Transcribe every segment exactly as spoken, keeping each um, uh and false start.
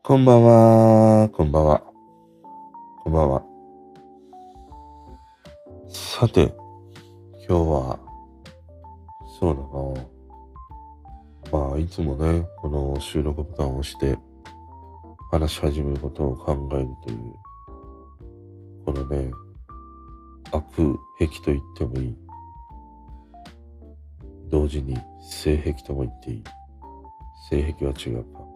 こんばんは、こんばんは、こんばんは。さて、今日は、そうだな。まあ、いつもね、この収録ボタンを押して話し始めることを考えるという、このね、悪癖と言ってもいい。同時に性癖とも言っていい。性癖は違うか。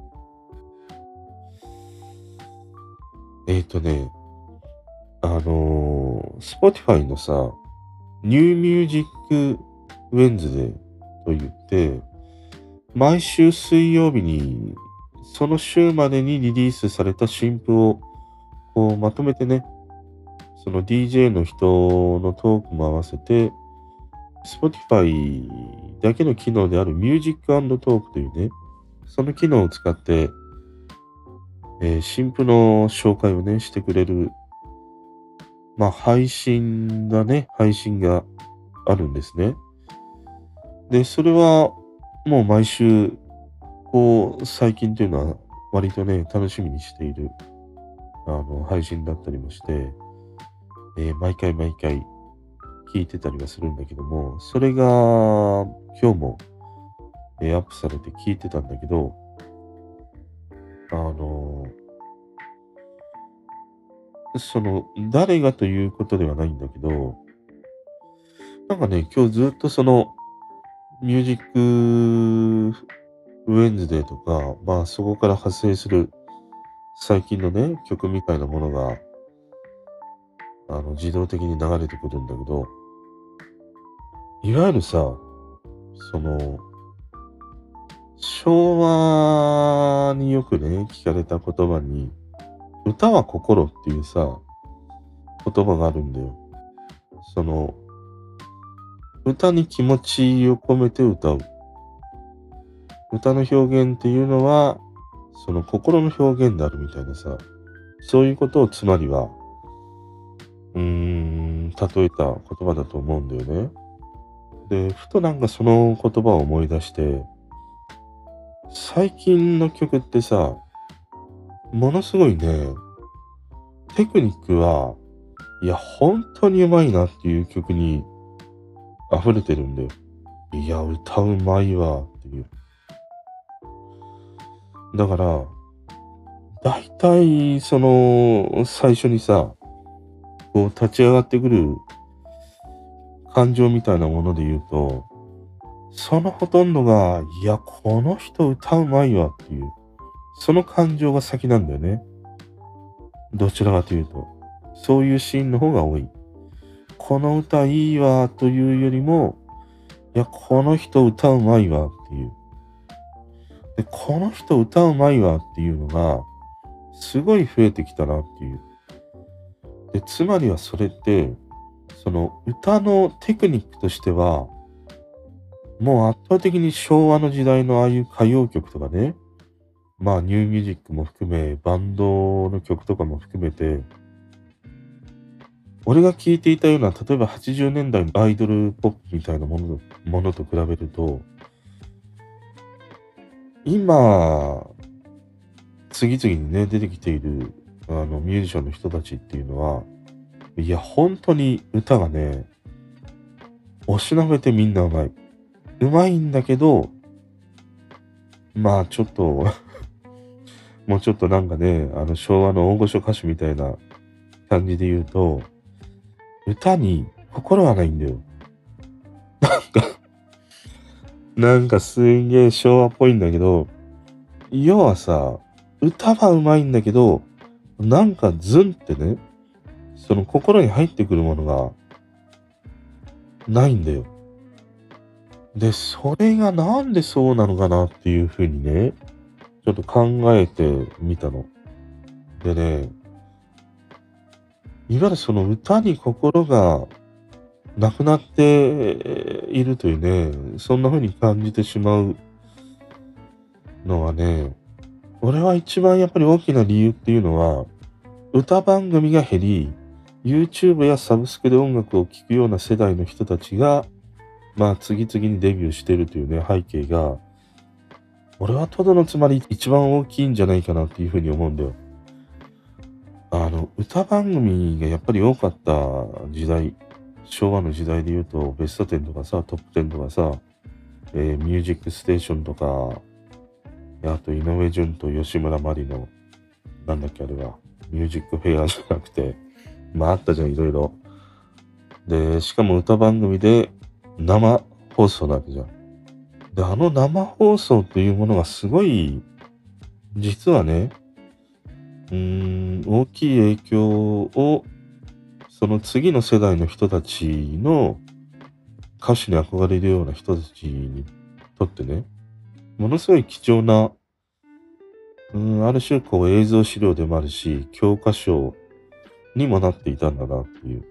えーとね、あのー、Spotify のさ、ニューミュージックウェンズデーと言って、毎週水曜日に、その週までにリリースされた新譜をこうまとめてね、その ディージェー の人のトークも合わせて、Spotify だけの機能であるミュージック&トークというね、その機能を使って、えー新譜の紹介をね、してくれる、まあ配信だね、配信があるんですね。で、それはもう毎週こう、最近というのは割とね、楽しみにしている、あの、配信だったりもして、えー毎回毎回聞いてたりはするんだけども、それが今日も、えーアップされて聞いてたんだけど、あのその、誰がということではないんだけど、なんかね、今日ずっとその、ミュージックウェンズデーとか、まあそこから派生する最近のね、曲みたいなものが、あの、自動的に流れてくるんだけど、いわゆるさ、その、昭和によくね、聞かれた言葉に、歌は心っていうさ、言葉があるんだよ。その、歌に気持ちを込めて歌う。歌の表現っていうのは、その心の表現であるみたいなさ、そういうことをつまりは、うーん、例えた言葉だと思うんだよね。で、ふとなんかその言葉を思い出して、最近の曲ってさ、ものすごいね、テクニックは、いや、本当にうまいなっていう曲に溢れてるんだよ。いや、歌うまいわっていう。だから、だいたい、その、最初にさ、こう立ち上がってくる感情みたいなもので言うと、そのほとんどが、いや、この人歌うまいわっていう、その感情が先なんだよね。どちらかというと。そういうシーンの方が多い。この歌いいわというよりも、いや、この人歌うまいわっていう。で、この人歌うまいわっていうのが、すごい増えてきたなっていう。で、つまりはそれって、その歌のテクニックとしては、もう圧倒的に昭和の時代のああいう歌謡曲とかね、まあニューミュージックも含め、バンドの曲とかも含めて、俺が聴いていたような、例えばはちじゅうねんだいのアイドルポップみたいなものものと比べると、今、次々にね、出てきている、あの、ミュージシャンの人たちっていうのは、いや、本当に歌がね、おしなべてみんなうまい。うまいんだけど、まあちょっともうちょっとなんかね、あの昭和の大御所歌手みたいな感じで言うと、歌に心はないんだよ。なんかすんげえ昭和っぽいんだけど、要はさ、歌はうまいんだけど、なんかズンってね、その心に入ってくるものがないんだよ。で、それがなんでそうなのかなっていうふうにね、ちょっと考えてみたの。でね、いわゆるその歌に心がなくなっているというね、そんな風に感じてしまうのはね、俺は一番やっぱり大きな理由っていうのは、歌番組が減り、YouTube やサブスクで音楽を聴くような世代の人たちが、まあ次々にデビューしているというね、背景が俺はトドのつまり一番大きいんじゃないかなっていうふうに思うんだよ。あの、歌番組がやっぱり多かった時代、昭和の時代で言うと、ベストテンとかさ、トップテンとかさ、えーミュージックステーションとか、あと井上順と吉村麻里の、なんだっけあれは、ミュージックフェアじゃなくて、まああったじゃん、いろいろ。で、しかも歌番組で生放送なわけじゃん。で、あの生放送っていうものがすごい、実はね、うーん、大きい影響を、その次の世代の人たちの歌手に憧れるような人たちにとってね、ものすごい貴重な、うん、ある種こう映像資料でもあるし、教科書にもなっていたんだなっていう。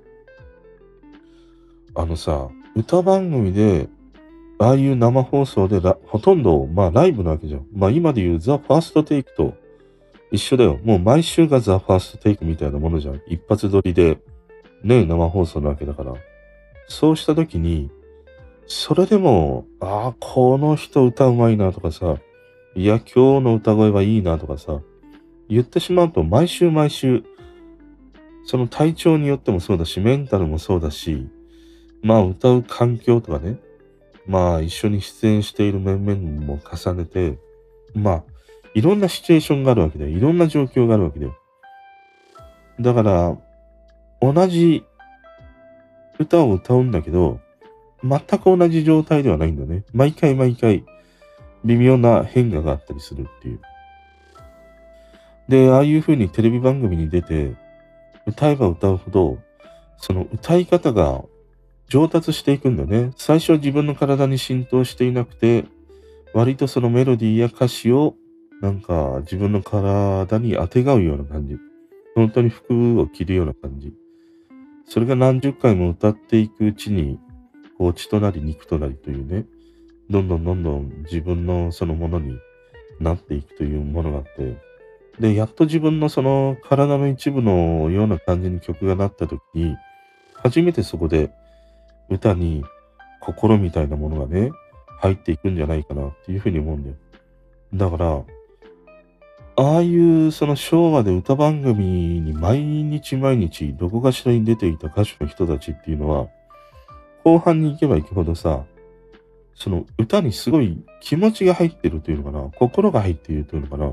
あのさ、歌番組で、ああいう生放送でラほとんど、まあライブなわけじゃん。まあ今で言うザ・ファーストテイクと一緒だよ。もう毎週がザ・ファーストテイクみたいなものじゃん。一発撮りで、ね、生放送なわけだから。そうした時に、それでも、ああ、この人歌うまいなとかさ、いや、今日の歌声はいいなとかさ、言ってしまうと毎週毎週、その体調によってもそうだし、メンタルもそうだし、まあ歌う環境とかね、まあ一緒に出演している面々も重ねて、まあ、いろんなシチュエーションがあるわけだよ。いろんな状況があるわけだよ。だから、同じ歌を歌うんだけど、全く同じ状態ではないんだね。毎回毎回、微妙な変化があったりするっていう。で、ああいう風にテレビ番組に出て、歌えば歌うほど、その歌い方が上達していくんだね。最初は自分の体に浸透していなくて、割とそのメロディーや歌詞を、なんか自分の体に当てがうような感じ。本当に服を着るような感じ。それが何十回も歌っていくうちに、こう血となり肉となりというね、どんどんどんどん自分のそのものになっていくというものがあって、で、やっと自分のその体の一部のような感じに曲がなった時に、初めてそこで歌に心みたいなものがね、入っていくんじゃないかなっていうふうに思うんだよ。だから、ああいうその昭和で歌番組に毎日毎日どこかしらに出ていた歌手の人たちっていうのは、後半に行けば行くほどさ、その歌にすごい気持ちが入ってるというのかな、心が入っているというのかな、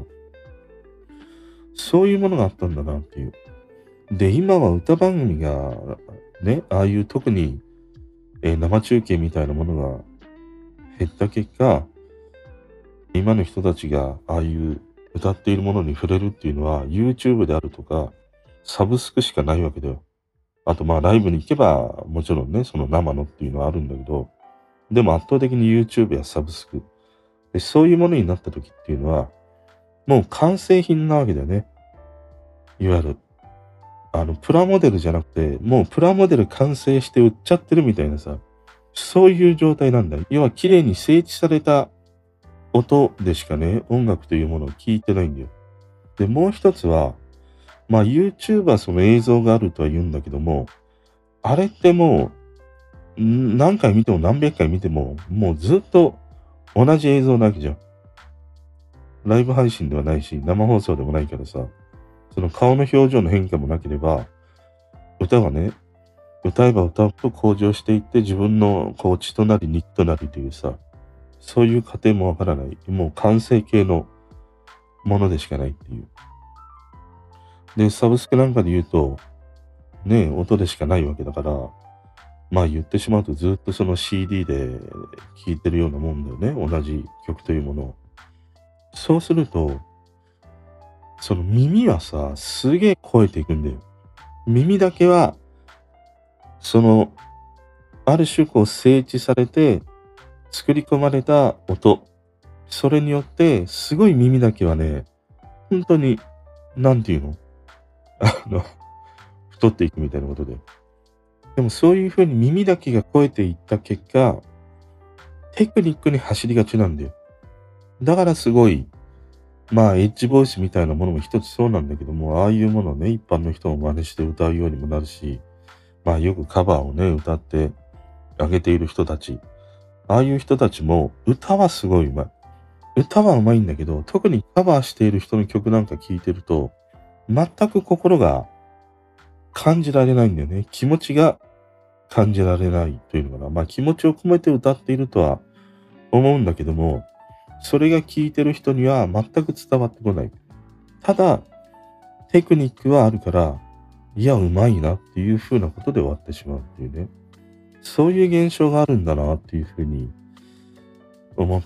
そういうものがあったんだなっていう。で、今は歌番組がね、ああいう特に、えー生中継みたいなものが減った結果、今の人たちがああいう歌っているものに触れるっていうのは YouTube であるとか、サブスクしかないわけだよ。あとまあライブに行けばもちろんね、その生のっていうのはあるんだけど、でも圧倒的に YouTube やサブスク。でそういうものになった時っていうのは、もう完成品なわけだよね。いわゆる。あの、プラモデルじゃなくて、もうプラモデル完成して売っちゃってるみたいなさ、そういう状態なんだよ。要は綺麗に整地された音でしかね、音楽というものを聞いてないんだよ。で、もう一つは、まあ YouTube はその映像があるとは言うんだけども、あれってもう、ん何回見ても何百回見ても、もうずっと同じ映像なわけじゃん。ライブ配信ではないし、生放送でもないからさ、その顔の表情の変化もなければ、歌がね、歌えば歌うと向上していって自分のこう血となり肉となりというさ、そういう過程もわからない。もう完成形のものでしかないっていう。で、サブスクなんかで言うと、ね、音でしかないわけだから、まあ言ってしまうとずっとその シーディー で聴いてるようなもんだよね。同じ曲というものを。そうすると、その耳はさ、すげえ超えていくんだよ。耳だけは、その、ある種こう整地されて作り込まれた音。それによって、すごい耳だけはね、本当に、なんていうのあの、太っていくみたいなことで。でもそういう風に耳だけが超えていった結果、テクニックに走りがちなんだよ。だからすごい、まあ、エッジボイスみたいなものも一つそうなんだけども、ああいうものをね、一般の人も真似して歌うようにもなるし、まあよくカバーをね、歌ってあげている人たち。ああいう人たちも歌はすごいうまい。 歌は上手いんだけど、特にカバーしている人の曲なんか聴いてると、全く心が感じられないんだよね。気持ちが感じられないというのかな。まあ気持ちを込めて歌っているとは思うんだけども、それが聴いてる人には全く伝わってこない。ただ、テクニックはあるから、いや、うまいなっていう風なことで終わってしまうっていうね。そういう現象があるんだなっていう風に思って、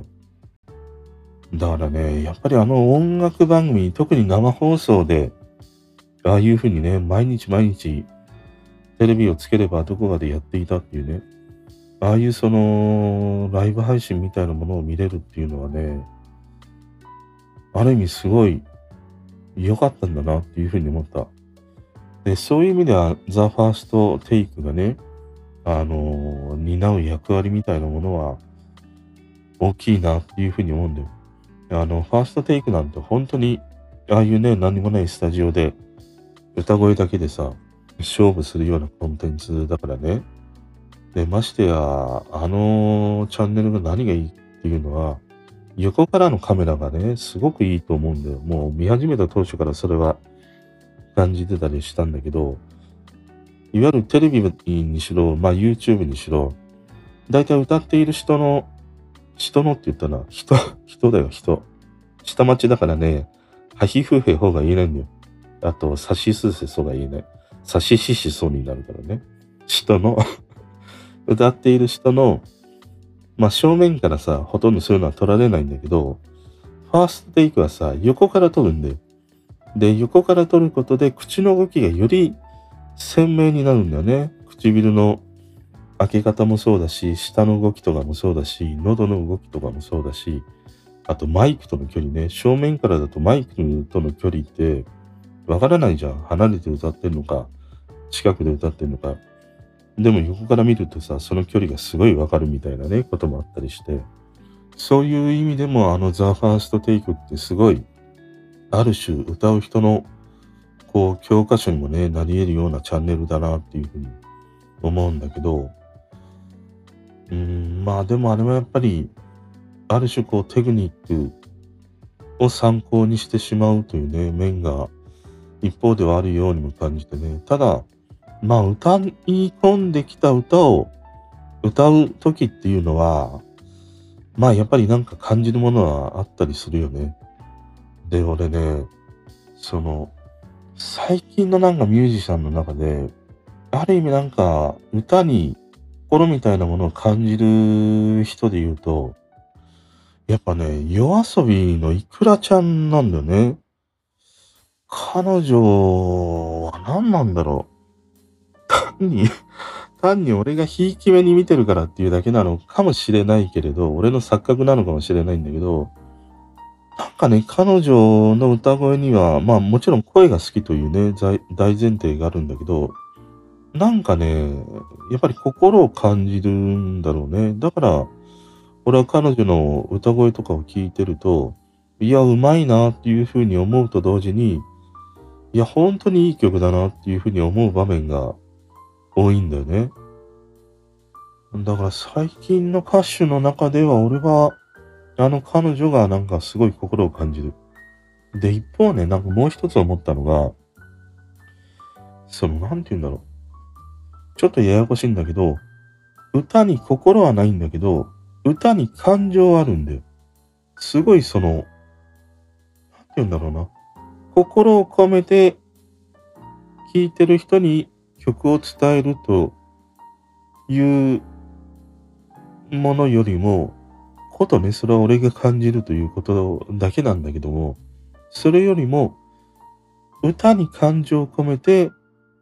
だからね、やっぱりあの音楽番組、特に生放送で、ああいう風にね、毎日毎日テレビをつければどこかでやっていたっていうね、ああいうそのライブ配信みたいなものを見れるっていうのはね、ある意味すごい良かったんだなっていう風に思った。で、そういう意味では、ザ・ファースト・テイクがね、あの、担う役割みたいなものは大きいなっていう風に思うんだよ。あの、ファーストテイクなんて本当に、ああいうね、何にもないスタジオで歌声だけでさ、勝負するようなコンテンツだからね。で、ましてや、あのチャンネルが何がいいっていうのは、横からのカメラがね、すごくいいと思うんだよ。もう見始めた当初からそれは感じてたりしたんだけど、いわゆるテレビにしろ、まあ YouTube にしろ、だいたい歌っている人の、人のって言ったな、人、人だよ、人。下町だからね、ハヒフヘホが言えないんだよ。あと、サシスセソが言えない。サシシシソになるからね。人の歌っている人の、まあ正面からさ、ほとんどそういうのは撮られないんだけど、ファーストテイクはさ、横から撮るんだよ。で、横から撮ることで口の動きがより鮮明になるんだよね。唇の開け方もそうだし、舌の動きとかもそうだし、喉の動きとかもそうだし、あとマイクとの距離ね。正面からだとマイクとの距離ってわからないじゃん。離れて歌ってんのか、近くで歌ってんのか。でも横から見るとさ、その距離がすごいわかるみたいなね、こともあったりして。そういう意味でもあのザ・ファーストテイクってすごい、ある種歌う人のこう教科書にもね、なり得るようなチャンネルだなっていうふうに思うんだけど、うーん、まあでもあれはやっぱり、ある種こうテクニックを参考にしてしまうというね、面が一方ではあるようにも感じてね。ただ、まあ歌い込んできた歌を歌う時っていうのは、まあやっぱりなんか感じるものはあったりするよね。で、俺ね、その、最近のなんかミュージシャンの中で、ある意味なんか歌に心みたいなものを感じる人で言うと、やっぱね、夜遊びのイクラちゃんなんだよね。彼女は何なんだろう。単に、単に俺がひいき目に見てるからっていうだけなのかもしれないけれど、俺の錯覚なのかもしれないんだけど、なんかね、彼女の歌声には、まあもちろん声が好きというね、大大前提があるんだけど、なんかね、やっぱり心を感じるんだろうね。だから、俺は彼女の歌声とかを聞いてると、いや、うまいなっていうふうに思うと同時に、いや、本当にいい曲だなっていうふうに思う場面が多いんだよね。だから最近の歌手の中では俺は、あの彼女がなんかすごい心を感じる。で、一方ね、なんかもう一つ思ったのが、その、なんて言うんだろう。ちょっとややこしいんだけど、歌に心はないんだけど、歌に感情はあるんだよ。すごいその、なんて言うんだろうな。心を込めて聴いてる人に曲を伝えるというものよりも、ことね、それは俺が感じるということだけなんだけども、それよりも、歌に感情を込めて、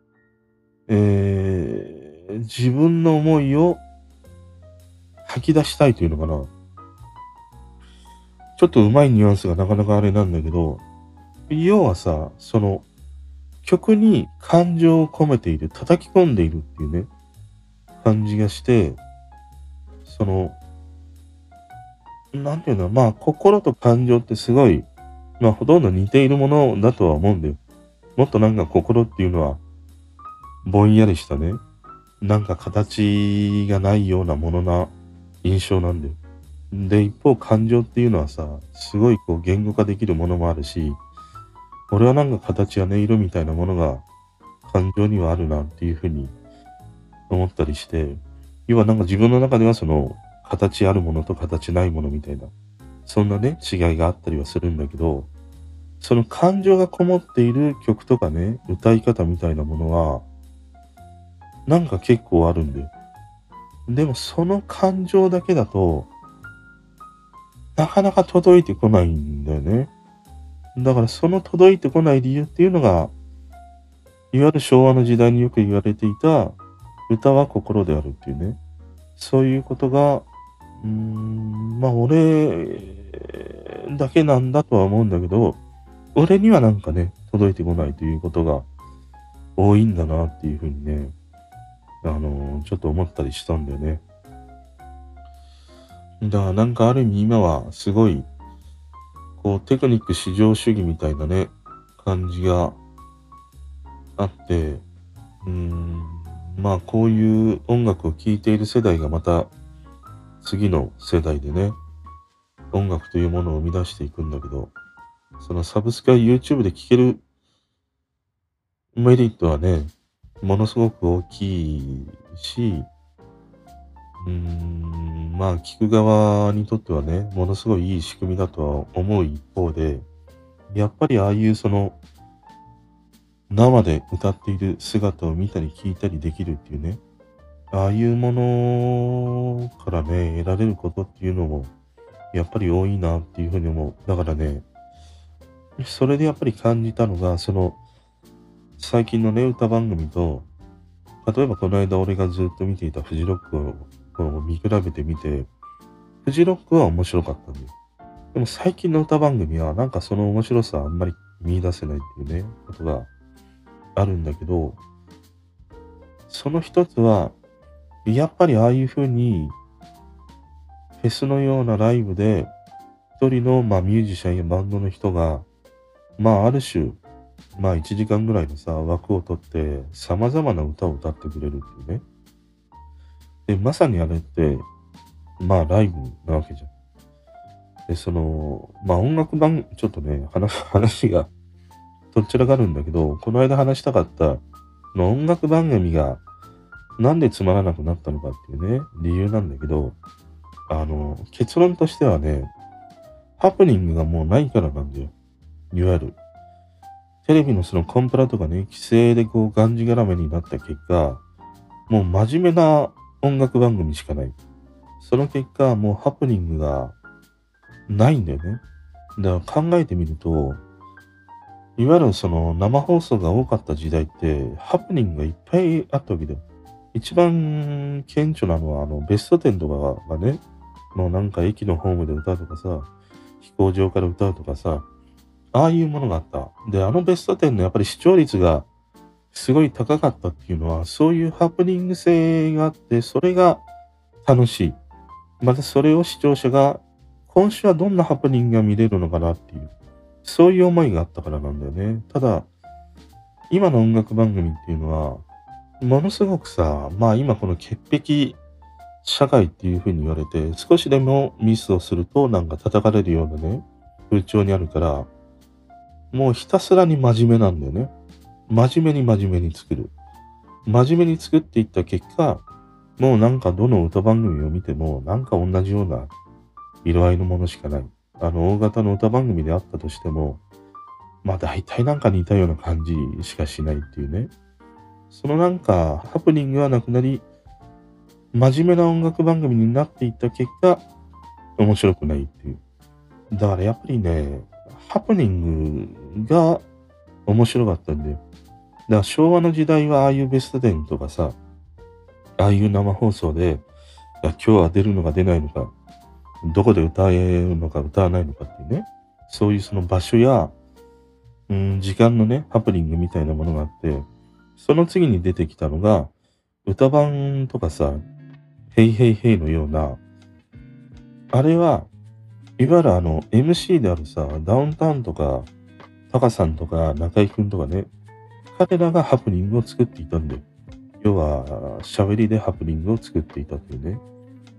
えー、自分の思いを吐き出したいというのかな。ちょっと上手いニュアンスがなかなかあれなんだけど、要はさ、その、曲に感情を込めている、叩き込んでいるっていうね、感じがして、その、なんていうの、まあ、心と感情ってすごい、まあ、ほとんど似ているものだとは思うんだよ。もっとなんか心っていうのは、ぼんやりしたね、なんか形がないようなものな印象なんだよ。 で、一方感情っていうのはさ、すごいこう言語化できるものもあるし、俺はなんか形や音色みたいなものが感情にはあるなっていうふうに思ったりして、要はなんか自分の中ではその形あるものと形ないものみたいな、そんなね、違いがあったりはするんだけど、その感情がこもっている曲とかね、歌い方みたいなものは、なんか結構あるんだよ。でもその感情だけだと、なかなか届いてこないんだよね。だからその届いてこない理由っていうのが、いわゆる昭和の時代によく言われていた、歌は心であるっていうね。そういうことが、うーん、まあ俺だけなんだとは思うんだけど、俺にはなんかね、届いてこないということが多いんだなっていうふうにね、あのーちょっと思ったりしたんだよね。だからなんかある意味今はすごい、こうテクニック至上主義みたいなね、感じがあって、うーん、まあこういう音楽を聴いている世代がまた次の世代でね、音楽というものを生み出していくんだけど、そのサブスクや YouTube で聴けるメリットはね、ものすごく大きいし、うーん、まあ聞く側にとってはね、ものすごいいい仕組みだとは思う一方で、やっぱりああいうその生で歌っている姿を見たり聞いたりできるっていうね、ああいうものからね、得られることっていうのも、やっぱり多いなっていうふうに思う。だからね、それでやっぱり感じたのが、その、最近のね、歌番組と、例えばこの間俺がずっと見ていたフジロックをこう見比べてみて、フジロックは面白かったんだよ。でも最近の歌番組はなんかその面白さあんまり見出せないっていうね、ことがあるんだけど、その一つは、やっぱりああいう風にフェスのようなライブで、一人の、まあ、ミュージシャンやバンドの人が、まあ、ある種、まあ、いちじかんぐらいのさ、枠を取って、様々な歌を歌ってくれるっていうね。で、まさにあれって、まあ、ライブなわけじゃん。で、その、まあ、音楽番、ちょっとね、話、話が、どちらかあるんだけど、この間話したかった、この音楽番組が、なんでつまらなくなったのかっていうね、理由なんだけど、あの、結論としてはね、ハプニングがもうないからなんだよ。いわゆる。テレビのそのコンプラとかね、規制でこうがんじがらめになった結果、もう真面目な音楽番組しかない。その結果、もうハプニングがないんだよね。だから考えてみると、いわゆるその生放送が多かった時代って、ハプニングがいっぱいあったわけだよ。一番顕著なのは、あの、ベストテンとかがね、もうなんか駅のホームで歌うとかさ、飛行場から歌うとかさ、ああいうものがあった。で、あのベストテンのやっぱり視聴率がすごい高かったっていうのは、そういうハプニング性があって、それが楽しい。またそれを視聴者が、今週はどんなハプニングが見れるのかなっていう、そういう思いがあったからなんだよね。ただ、今の音楽番組っていうのは、ものすごくさ、まあ今この潔癖社会っていう風に言われて、少しでもミスをするとなんか叩かれるようなね、風潮にあるから、もうひたすらに真面目なんだよね。真面目に真面目に作る。真面目に作っていった結果、もうなんかどの歌番組を見ても、なんか同じような色合いのものしかない。あの、大型の歌番組であったとしても、まあ大体なんか似たような感じしかしないっていうね。そのなんかハプニングはなくなり、真面目な音楽番組になっていった結果、面白くないっていう。だからやっぱりね、ハプニングが面白かったんだよ。だから昭和の時代はああいうベストテンとかさ、ああいう生放送で、いや今日は出るのか出ないのか、どこで歌えるのか歌わないのかっていうね、そういうその場所や、うん、時間のね、ハプニングみたいなものがあって、その次に出てきたのが、歌番とかさ、ヘイヘイヘイのような、あれは、いわゆるあの、エムシー であるさ、ダウンタウンとか、タカさんとか中居くんとかね、彼らがハプニングを作っていたんだよ。要は、喋りでハプニングを作っていたっていうね。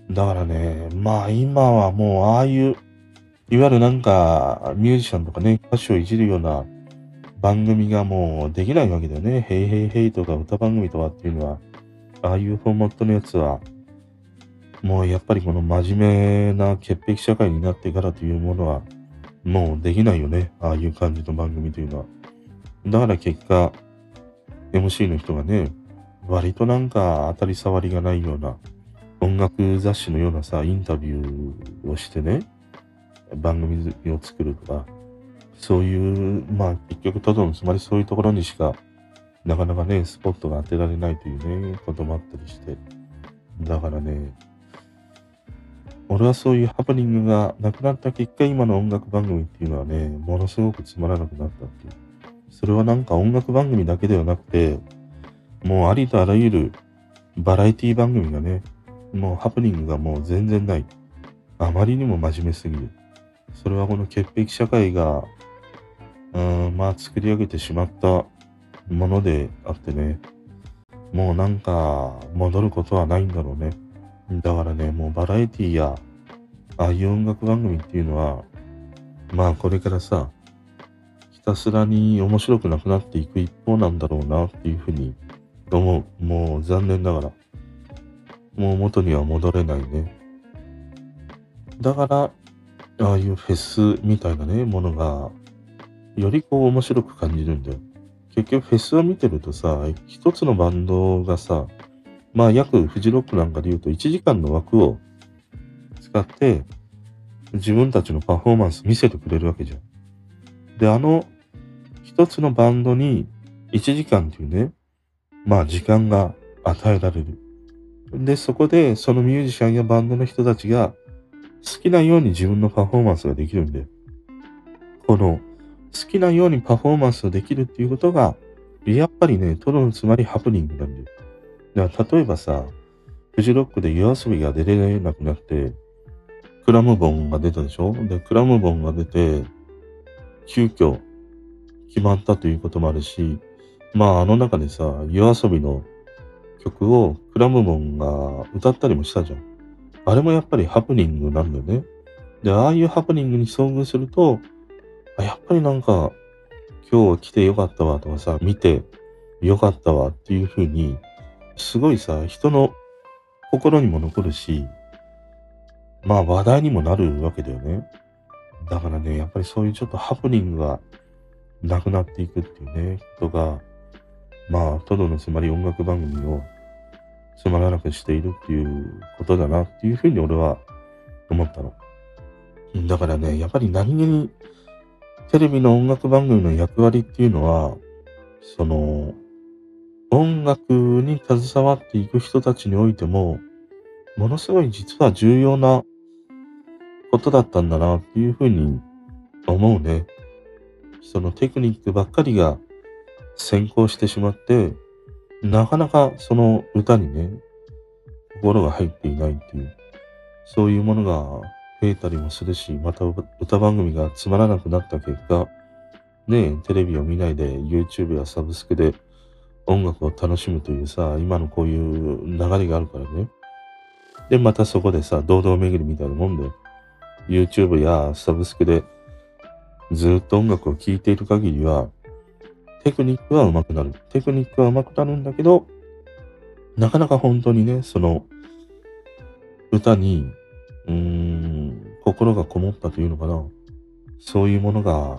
だからね、まあ今はもうああいう、いわゆるなんかミュージシャンとかね、歌手をいじるような番組がもうできないわけだよね。ヘイヘイヘイとか歌番組とかっていうのは、ああいうフォーマットのやつは、もうやっぱりこの真面目な潔癖社会になってからというものは、もうできないよね。ああいう感じの番組というのは。だから結果、エムシー の人がね、割となんか当たり障りがないような音楽雑誌のようなさ、インタビューをしてね、番組を作るとか、そういう、まあ結局ただのつまりそういうところにしか、なかなかね、スポットが当てられないというね、こともあったりして。だからね、俺はそういうハプニングがなくなった結果、今の音楽番組っていうのはね、ものすごくつまらなくなったっていう。それはなんか音楽番組だけではなくて、もうありとあらゆるバラエティ番組がね、もうハプニングがもう全然ない。あまりにも真面目すぎる。それはこの潔癖社会が、うーん、まあ作り上げてしまったものであってね、もうなんか戻ることはないんだろうね。だからね、もうバラエティや、ああいう音楽番組っていうのは、まあこれからさ、ひたすらに面白くなくなっていく一方なんだろうなっていうふうに思う。もう残念ながら。もう元には戻れないね。だから、ああいうフェスみたいなね、ものが、よりこう面白く感じるんだよ。結局フェスを見てるとさ、一つのバンドがさ、まあ約フジロックなんかで言うといちじかんの枠を使って自分たちのパフォーマンス見せてくれるわけじゃん。で、あの一つのバンドにいちじかんっていうね、まあ時間が与えられる。で、そこでそのミュージシャンやバンドの人たちが好きなように自分のパフォーマンスができるんで、この好きなようにパフォーマンスをできるっていうことが、やっぱりね、トロのつまりハプニングなんだよ。だから例えばさ、フジロックで夜遊びが出れなくなって、クラムボンが出たでしょ。で、クラムボンが出て、急遽決まったということもあるし、まああの中でさ、夜遊びの曲をクラムボンが歌ったりもしたじゃん。あれもやっぱりハプニングなんだよね。で、ああいうハプニングに遭遇すると、あ、やっぱりなんか、今日来てよかったわとかさ、見てよかったわっていう風に、すごいさ、人の心にも残るし、まあ話題にもなるわけだよね。だからね、やっぱりそういうちょっとハプニングがなくなっていくっていうね、ことが、まあ、トドのつまり音楽番組をつまらなくしているっていうことだなっていうふうに俺は思ったの。だからね、やっぱり何気にテレビの音楽番組の役割っていうのは、その、音楽に携わっていく人たちにおいても、ものすごい実は重要なことだったんだなっていうふうに思うね。そのテクニックばっかりが先行してしまって、なかなかその歌にね、心が入っていないっていう、そういうものが増えたりもするし、また歌番組がつまらなくなった結果、ね、テレビを見ないで YouTube やサブスクで音楽を楽しむというさ、今のこういう流れがあるからね。で、またそこでさ、堂々巡りみたいなもんで、YouTube やサブスクでずっと音楽を聴いている限りは、テクニックは上手くなる。テクニックは上手くなるんだけど、なかなか本当にね、その歌に、うーん、心がこもったというのかな。そういうものが、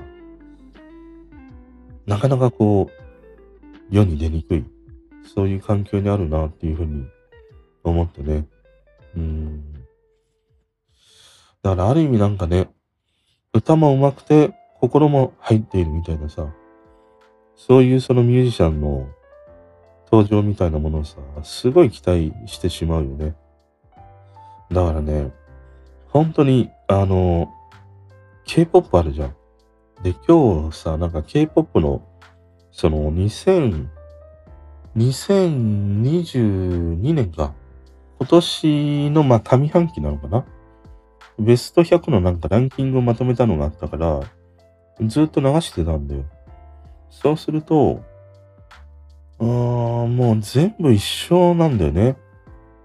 なかなかこう、世に出にくい。そういう環境にあるなっていうふうに思ってね。うーん。だからある意味なんかね、歌も上手くて心も入っているみたいなさ、そういうそのミュージシャンの登場みたいなものをさ、すごい期待してしまうよね。だからね、本当に、あの、K-ケーポップ あるじゃん。で、今日さ、なんか K-ケーポップ の、そのにせん、にせんにじゅうにねんか。今年の、まあ、上半期なのかな。ベストひゃくのなんかランキングをまとめたのがあったから、ずっと流してたんだよ。そうすると、うーん、もう全部一緒なんだよね。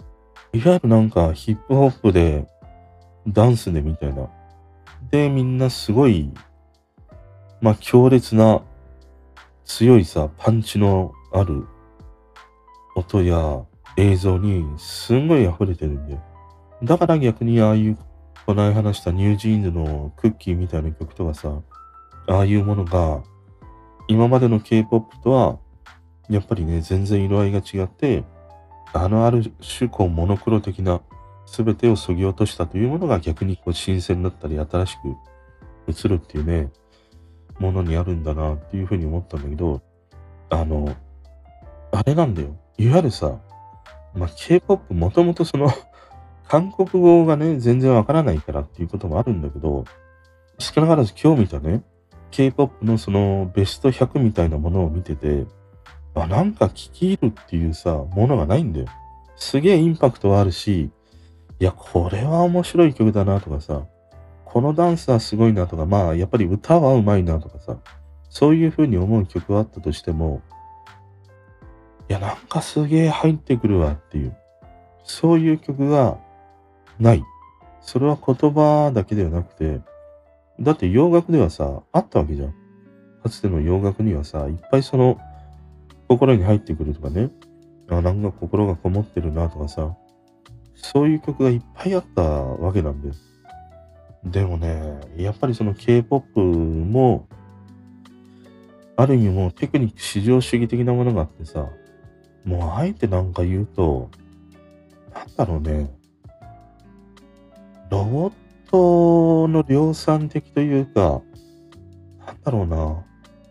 いわゆるなんかヒップホップで、ダンスでみたいな。で、みんなすごい、まあ強烈な強いさ、パンチのある音や映像にすんごい溢れてるんだよ。だから逆にああいう、この間話したニュージーンズのクッキーみたいな曲とかさ、ああいうものが、今までの K-ポップ とは、やっぱりね、全然色合いが違って、あのある種こうモノクロ的な全てを削ぎ落としたというものが逆にこう新鮮だったり新しく映るっていうね、ものにあるんだなっていうふうに思ったんだけど、あの、あれなんだよ。いわゆるさ、まあ、K-ポップ もともとその韓国語がね、全然わからないからっていうこともあるんだけど、少なからず今日見たね、K-ポップ のそのベストひゃくみたいなものを見てて、あ、なんか聞き入るっていうさ、ものがないんだよ。すげえインパクトはあるし、いや、これは面白い曲だなとかさ、このダンスはすごいなとか、まあ、やっぱり歌はうまいなとかさ、そういう風に思う曲はあったとしても、いや、なんかすげえ入ってくるわっていう、そういう曲がない。それは言葉だけではなくて、だって洋楽ではさ、あったわけじゃん。かつての洋楽にはさ、いっぱいその、心に入ってくるとかね、あ、なんか心がこもってるなとかさ、そういう曲がいっぱいあったわけなんです。でもね、やっぱりその K-ポップ も、ある意味もうテクニック至上主義的なものがあってさ、もうあえてなんか言うと、なんだろうね、ロボットの量産的というか、なんだろうな、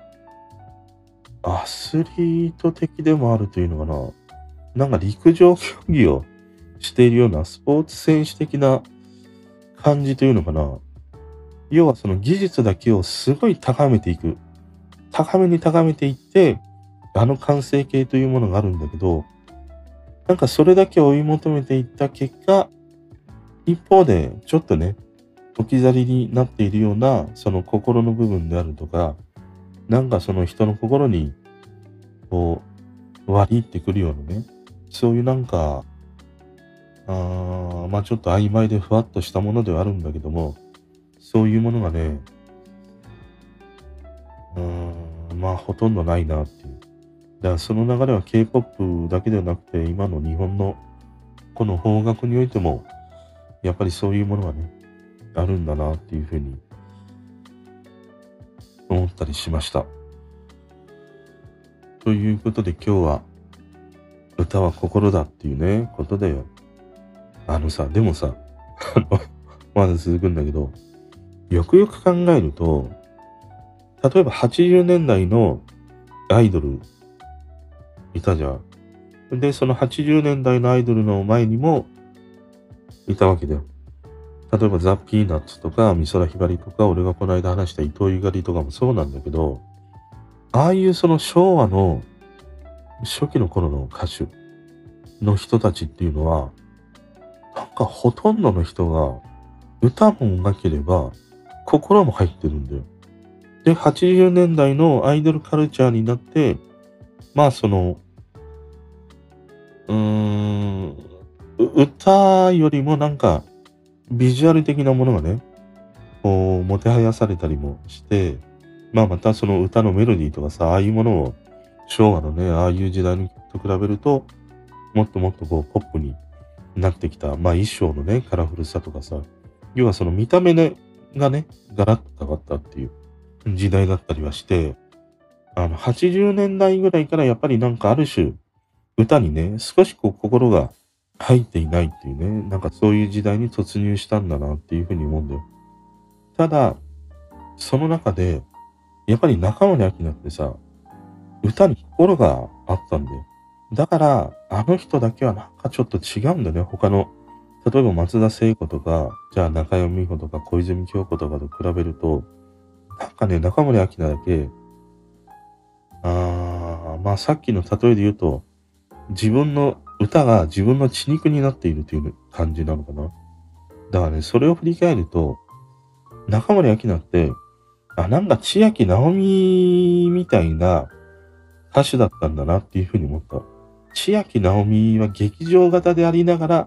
アスリート的でもあるというのかな。なんか陸上競技をしているようなスポーツ選手的な感じというのかな。要はその技術だけをすごい高めていく。高めに高めていって、あの完成形というものがあるんだけど、なんかそれだけ追い求めていった結果、一方でちょっとね、置き去りになっているような、その心の部分であるとか、なんかその人の心に、こう、割り入ってくるようなね、そういうなんか、あーまあちょっと曖昧でふわっとしたものではあるんだけども、そういうものがね、うーん、まあほとんどないなっていう。だからその流れは K-ポップ だけではなくて、今の日本のこの邦楽においても、やっぱりそういうものがね、あるんだなっていうふうに思ったりしました。ということで今日は、歌は心だっていうね、ことで、あのさ、でもさ、あの、まだ続くんだけど、よくよく考えると、例えばはちじゅうねんだいのアイドルいたじゃん。で、そのはちじゅうねんだいのアイドルの前にもいたわけだよ。例えばザ・ピーナッツとか、美空ひばりとか、俺がこの間話した伊藤ゆかりとかもそうなんだけど、ああいうその昭和の初期の頃の歌手の人たちっていうのは、なんかほとんどの人が歌もなければ心も入ってるんだよ。で、はちじゅうねんだいのアイドルカルチャーになって、まあその、うーん、う歌よりもなんかビジュアル的なものがね、こう、もてはやされたりもして、まあまたその歌のメロディーとかさ、ああいうものを昭和のね、ああいう時代の曲と比べると、もっともっとこうポップになってきた。まあ衣装のね、カラフルさとかさ、要はその見た目ね、がね、ガラッと変わったっていう時代だったりはして、あの、はちじゅうねんだいぐらいからやっぱりなんかある種、歌にね、少しこう心が入っていないっていうね、なんかそういう時代に突入したんだなっていうふうに思うんだよ。ただ、その中で、やっぱり中森明菜ってさ、歌に心があったんだよ。だから、あの人だけはなんかちょっと違うんだよね。他の、例えば松田聖子とか、じゃあ中山美穂とか小泉京子とかと比べると、なんかね、中森明菜だけ、あー、まあさっきの例えで言うと、自分の歌が自分の血肉になっているという感じなのかな。だからね、それを振り返ると、中森明菜って、あ、なんか千秋直美みたいな歌手だったんだなっていうふうに思った。千秋直美は劇場型でありながら、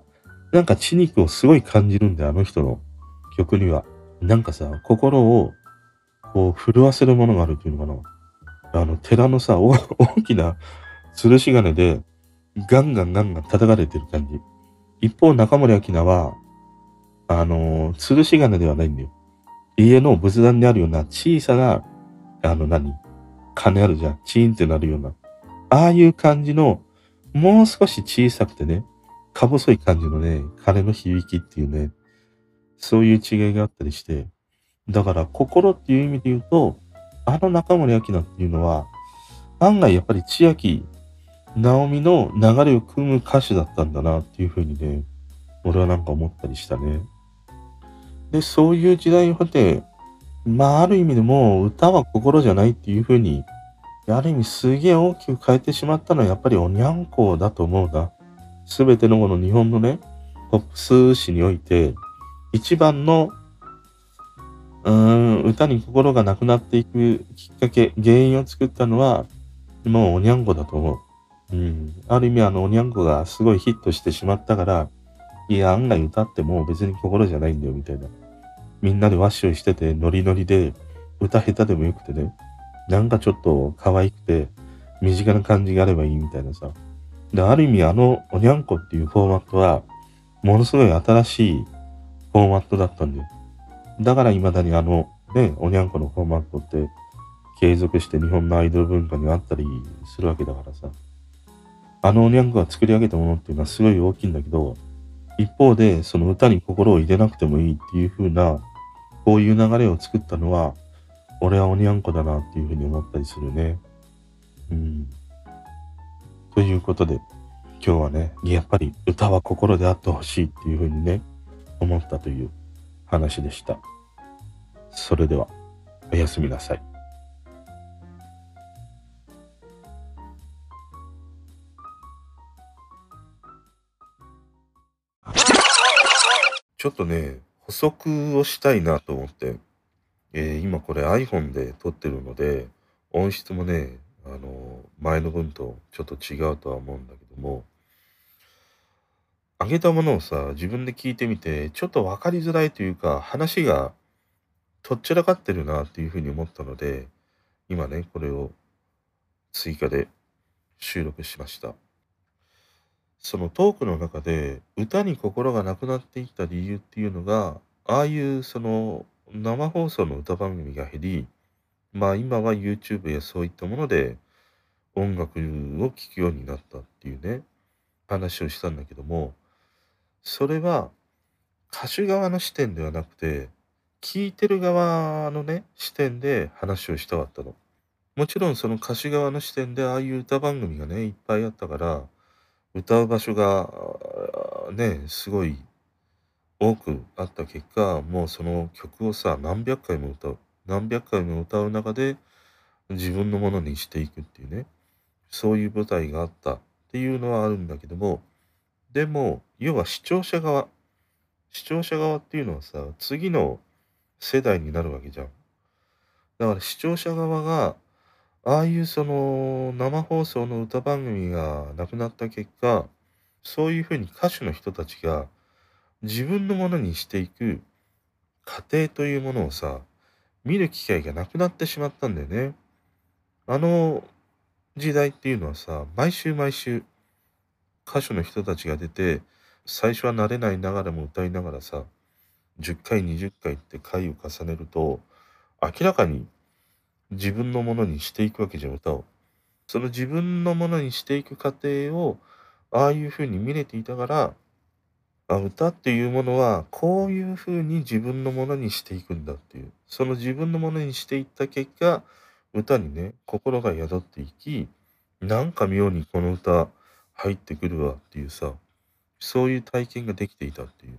なんか血肉をすごい感じるんだよ、あの人の曲には。なんかさ、心をこう震わせるものがあるっていうのかな。あの、寺のさ、お大きな吊るし金で、ガンガンガンガン叩かれてる感じ。一方、中森明菜は、あのー、吊るし金ではないんだよ。家の仏壇にあるような小さな、あの何、鐘あるじゃん。チーンってなるような。ああいう感じの、もう少し小さくてね、か細い感じのね、鐘の響きっていうね、そういう違いがあったりして、だから心っていう意味で言うと、あの中森明菜っていうのは、案外やっぱり千秋直美の流れを組む歌手だったんだなっていう風にね、俺はなんか思ったりしたね。で、そういう時代を経て、まあある意味でもう歌は心じゃないっていう風に、ある意味すげえ大きく変えてしまったのはやっぱりおにゃんこだと思うな。すべてのこの日本のね、ポップス史において、一番のうーん、歌に心がなくなっていくきっかけ、原因を作ったのは、もうおにゃんこだと思う。うん。ある意味あのおにゃんこがすごいヒットしてしまったから、いや、案外歌っても別に心じゃないんだよみたいな。みんなでワッショイしててノリノリで、歌下手でもよくてね、なんかちょっと可愛くて、身近な感じがあればいいみたいなさ。で、ある意味あのおにゃんこっていうフォーマットは、ものすごい新しいフォーマットだったんだよ。だから未だにあの、ね、おにゃんこのフォーマットって継続して日本のアイドル文化にあったりするわけだからさ。あのおにゃんこが作り上げたものっていうのはすごい大きいんだけど、一方でその歌に心を入れなくてもいいっていう風な、こういう流れを作ったのは、俺はおにゃんこだなっていう風に思ったりするね。うん。ということで、今日はね、やっぱり歌は心であってほしいっていう風にね、思ったという話でした。それでは、おやすみなさい。ちょっとね、補足をしたいなと思って、えー今これ iPhone で撮ってるので、音質もね、あの、前の分とちょっと違うとは思うんだけども、上げたものをさ、自分で聞いてみて、ちょっとわかりづらいというか、話がとっちらかってるなっていうふうに思ったので、今ね、これを追加で収録しました。そのトークの中で、歌に心がなくなっていった理由っていうのが、ああいうその生放送の歌番組が減り、まあ今は YouTube やそういったもので音楽を聴くようになったっていうね、話をしたんだけども、それは歌手側の視点ではなくて、聴いてる側のね、視点で話をしたかったの。もちろんその歌手側の視点でああいう歌番組がね、いっぱいあったから、歌う場所があーね、すごい多くあった結果、もうその曲をさ、何百回も歌う。何百回も歌う中で自分のものにしていくっていうね。そういう舞台があったっていうのはあるんだけども、でも、要は視聴者側、視聴者側っていうのはさ、次の世代になるわけじゃん。だから視聴者側が、ああいうその生放送の歌番組がなくなった結果、そういうふうに歌手の人たちが自分のものにしていく過程というものをさ、見る機会がなくなってしまったんだよね。あの時代っていうのはさ、毎週毎週歌手の人たちが出て、最初は慣れないながらも歌いながらさ、じゅっかい、にじゅっかいって回を重ねると、明らかに自分のものにしていくわけじゃん、歌を。その自分のものにしていく過程を、ああいう風に見れていたから、あ、歌っていうものは、こういう風に自分のものにしていくんだっていう。その自分のものにしていった結果、歌にね、心が宿っていき、なんか妙にこの歌入ってくるわっていうさ、そういう体験ができていたっていう。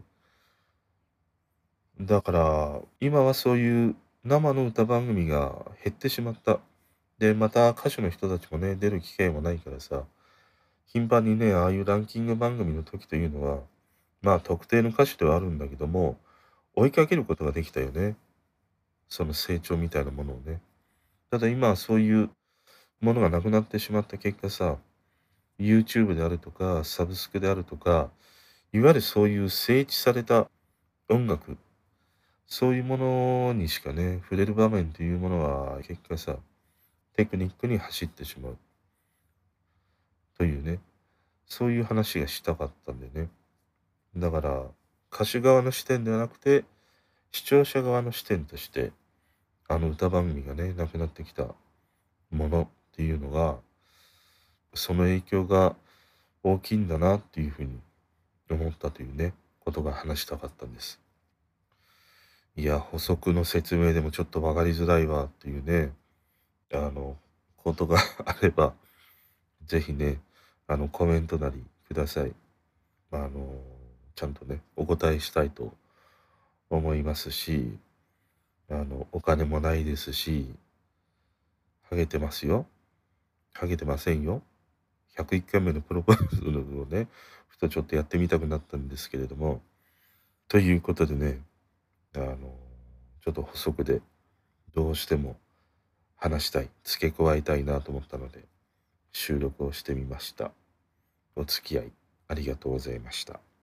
だから、今はそういう生の歌番組が減ってしまった。で、また歌手の人たちもね、出る機会もないからさ、頻繁にね、ああいうランキング番組の時というのは、まあ特定の歌手ではあるんだけども、追いかけることができたよね。その成長みたいなものをね。ただ今はそういうものがなくなってしまった結果さ、YouTube であるとか、サブスクであるとか、 いわゆるそういう整地された音楽、そういうものにしかね、触れる場面というものは、結果さ、テクニックに走ってしまうというね、そういう話がしたかったんでね。だから、歌手側の視点ではなくて、視聴者側の視点として、あの歌番組がね、なくなってきたものっていうのが、その影響が大きいんだなっていうふうに思ったというね、ことが話したかったんです。いや、補足の説明でもちょっと分かりづらいわっていうね、あの、ことがあれば、ぜひね、あの、コメントなりください。あの、ちゃんとね、お答えしたいと思いますし、あの、お金もないですし、ハゲてますよ。ハゲてませんよ。ひゃくいっかいめのプロポーズをね、ふとちょっとやってみたくなったんですけれども、ということでね、あの、ちょっと補足でどうしても話したい、付け加えたいなと思ったので、収録をしてみました。お付き合いありがとうございました。